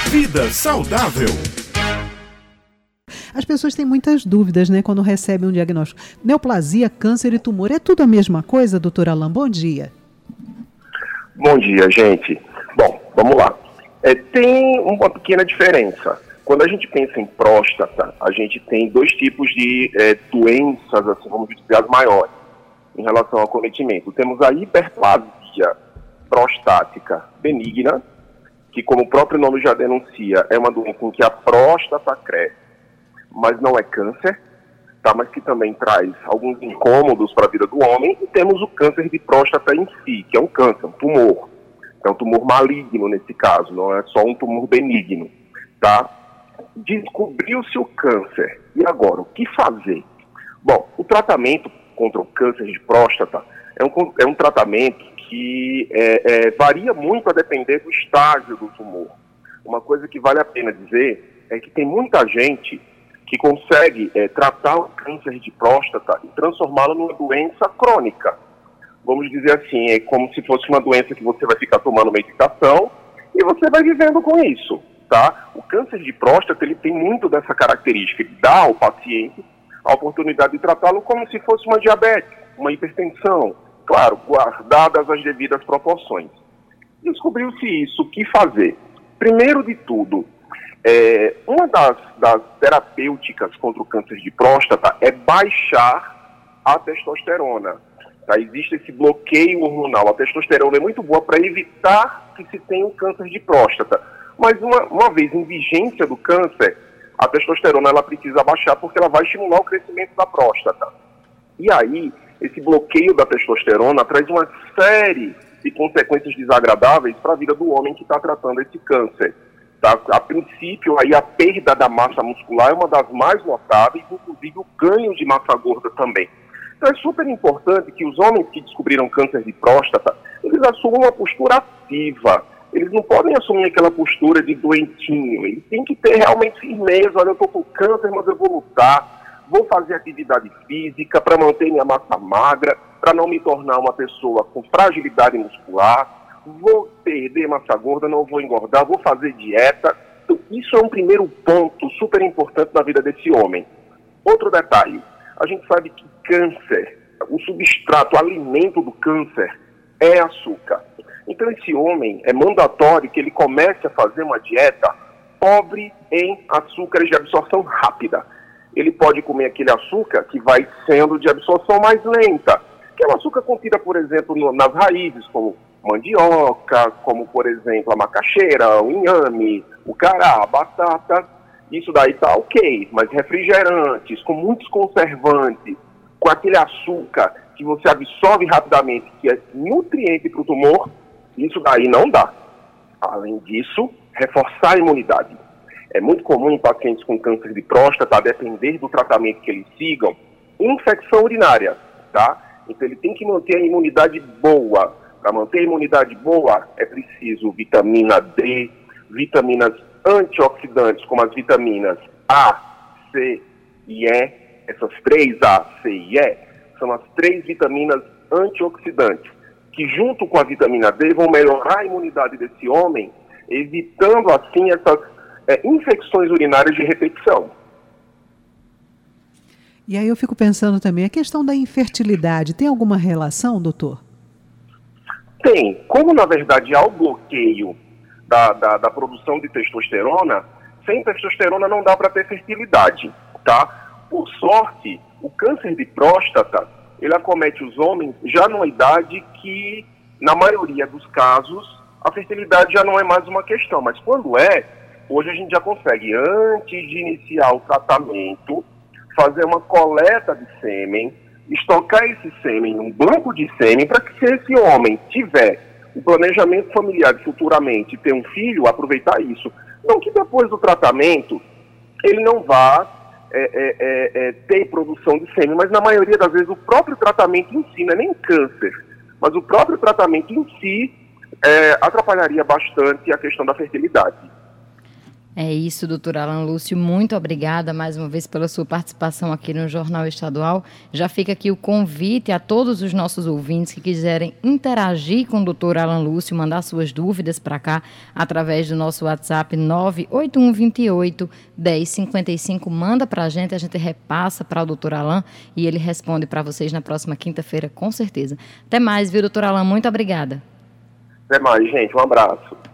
Vida saudável. As pessoas têm muitas dúvidas, né, quando recebem um diagnóstico. Neoplasia, câncer e tumor, é tudo a mesma coisa, doutor Alain? Bom dia. Bom dia, gente. Bom, vamos lá. Tem uma pequena diferença. Quando a gente pensa em próstata, a gente tem dois tipos de doenças, assim, vamos dizer, as maiores, em relação ao acometimento. Temos a hiperplasia prostática benigna, que, como o próprio nome já denuncia, é uma doença em que a próstata cresce, mas não é câncer, tá? Mas que também traz alguns incômodos para a vida do homem. E temos o câncer de próstata em si, que é um câncer, um tumor. É um tumor maligno nesse caso, não é só um tumor benigno, tá? Descobriu-se o câncer. E agora, o que fazer? Bom, o tratamento contra o câncer de próstata é um tratamento que varia muito a depender do estágio do tumor. Uma coisa que vale a pena dizer é que tem muita gente que consegue tratar o câncer de próstata e transformá-lo numa doença crônica. Vamos dizer assim, é como se fosse uma doença que você vai ficar tomando medicação e você vai vivendo com isso, tá? O câncer de próstata, ele tem muito dessa característica, ele dá ao paciente a oportunidade de tratá-lo como se fosse uma diabetes, uma hipertensão, claro, guardadas as devidas proporções. Descobriu-se isso, o que fazer? Primeiro de tudo, uma das terapêuticas contra o câncer de próstata é baixar a testosterona. Tá? Existe esse bloqueio hormonal. A testosterona é muito boa para evitar que se tenha um câncer de próstata. Mas uma vez em vigência do câncer, a testosterona ela precisa baixar porque ela vai estimular o crescimento da próstata. E aí, esse bloqueio da testosterona traz uma série de consequências desagradáveis para a vida do homem que está tratando esse câncer. Tá? A princípio, aí a perda da massa muscular é uma das mais notáveis, inclusive o ganho de massa gorda também. Então é super importante que os homens que descobriram câncer de próstata, eles assumam uma postura ativa. Eles não podem assumir aquela postura de doentinho. Eles têm que ter realmente firmeza. Olha, eu estou com câncer, mas eu vou lutar. Vou fazer atividade física para manter minha massa magra, para não me tornar uma pessoa com fragilidade muscular. Vou perder massa gorda, não vou engordar, vou fazer dieta. Então, isso é um primeiro ponto super importante na vida desse homem. Outro detalhe, a gente sabe que câncer, o substrato, o alimento do câncer é açúcar. Então esse homem é mandatório que ele comece a fazer uma dieta pobre em açúcares de absorção rápida. Ele pode comer aquele açúcar que vai sendo de absorção mais lenta, que é o açúcar contida, por exemplo, nas raízes, como mandioca, como, por exemplo, a macaxeira, o inhame, o cará, a batata. Isso daí tá ok, mas refrigerantes, com muitos conservantes, com aquele açúcar que você absorve rapidamente, que é nutriente para o tumor, isso daí não dá. Além disso, reforçar a imunidade. É muito comum em pacientes com câncer de próstata, a depender do tratamento que eles sigam, infecção urinária, tá? Então ele tem que manter a imunidade boa. Para manter a imunidade boa, é preciso vitamina D, vitaminas antioxidantes, como as vitaminas A, C e E. Essas três A, C e E são as três vitaminas antioxidantes, que junto com a vitamina D vão melhorar a imunidade desse homem, evitando assim essas infecções urinárias de repetição. E aí eu fico pensando também, a questão da infertilidade, tem alguma relação, doutor? Tem. Como, na verdade, há o bloqueio da produção de testosterona, sem testosterona não dá para ter fertilidade, tá? Por sorte, o câncer de próstata, ele acomete os homens já numa idade que, na maioria dos casos, a fertilidade já não é mais uma questão. Mas quando hoje a gente já consegue, antes de iniciar o tratamento, fazer uma coleta de sêmen, estocar esse sêmen num banco de sêmen, para que, se esse homem tiver o planejamento familiar de futuramente ter um filho, aproveitar isso. Não que depois do tratamento ele não vá ter produção de sêmen, mas na maioria das vezes o próprio tratamento em si, não é nem câncer, mas o próprio tratamento em si atrapalharia bastante a questão da fertilidade. É isso, doutor Alan Lúcio, muito obrigada mais uma vez pela sua participação aqui no Jornal Estadual. Já fica aqui o convite a todos os nossos ouvintes que quiserem interagir com o doutor Alan Lúcio, mandar suas dúvidas para cá através do nosso WhatsApp 98128-1055. Manda para a gente repassa para o doutor Alan e ele responde para vocês na próxima quinta-feira, com certeza. Até mais, viu, doutor Alan? Muito obrigada. Até mais, gente. Um abraço.